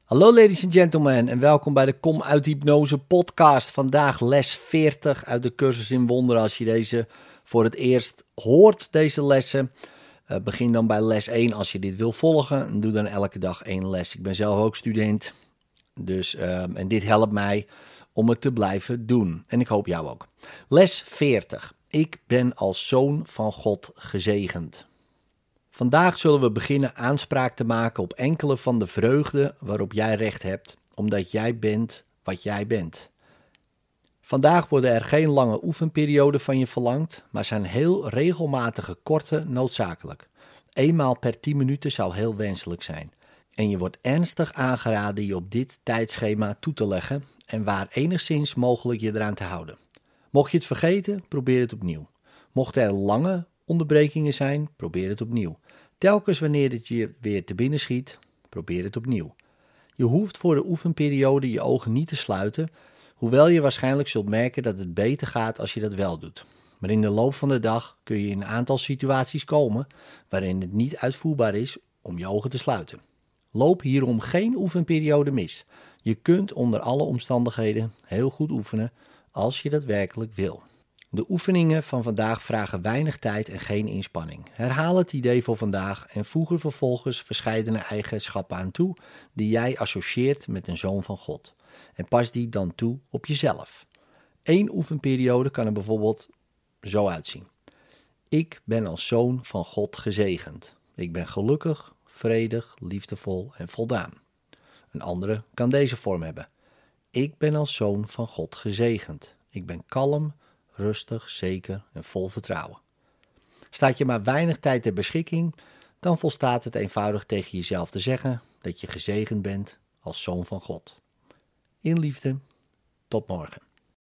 Hallo ladies and gentlemen en welkom bij de Kom uit Hypnose podcast. Vandaag les 40 uit de cursus in wonderen. Als je deze voor het eerst hoort, deze lessen, begin dan bij les 1 als je dit wil volgen. En doe dan elke dag 1 les. Ik ben zelf ook student, dus, en dit helpt mij om het te blijven doen. En ik hoop jou ook. Les 40. Ik ben als zoon van God gezegend. Vandaag zullen we beginnen aanspraak te maken op enkele van de vreugden waarop jij recht hebt, omdat jij bent wat jij bent. Vandaag worden er geen lange oefenperioden van je verlangd, maar zijn heel regelmatige korte noodzakelijk. Eenmaal per 10 minuten zou heel wenselijk zijn. En je wordt ernstig aangeraden je op dit tijdschema toe te leggen en waar enigszins mogelijk je eraan te houden. Mocht je het vergeten, probeer het opnieuw. Mochten er lange onderbrekingen zijn, probeer het opnieuw. Telkens wanneer het je weer te binnen schiet, probeer het opnieuw. Je hoeft voor de oefenperiode je ogen niet te sluiten, hoewel je waarschijnlijk zult merken dat het beter gaat als je dat wel doet. Maar in de loop van de dag kun je in een aantal situaties komen waarin het niet uitvoerbaar is om je ogen te sluiten. Loop hierom geen oefenperiode mis. Je kunt onder alle omstandigheden heel goed oefenen als je dat werkelijk wil. De oefeningen van vandaag vragen weinig tijd en geen inspanning. Herhaal het idee voor vandaag en voeg er vervolgens verscheidene eigenschappen aan toe die jij associeert met een zoon van God. En pas die dan toe op jezelf. 1 oefenperiode kan er bijvoorbeeld zo uitzien. Ik ben als zoon van God gezegend. Ik ben gelukkig, vredig, liefdevol en voldaan. Een andere kan deze vorm hebben. Ik ben als zoon van God gezegend. Ik ben kalm, rustig, zeker en vol vertrouwen. Staat je maar weinig tijd ter beschikking, dan volstaat het eenvoudig tegen jezelf te zeggen dat je gezegend bent als zoon van God. In liefde, tot morgen.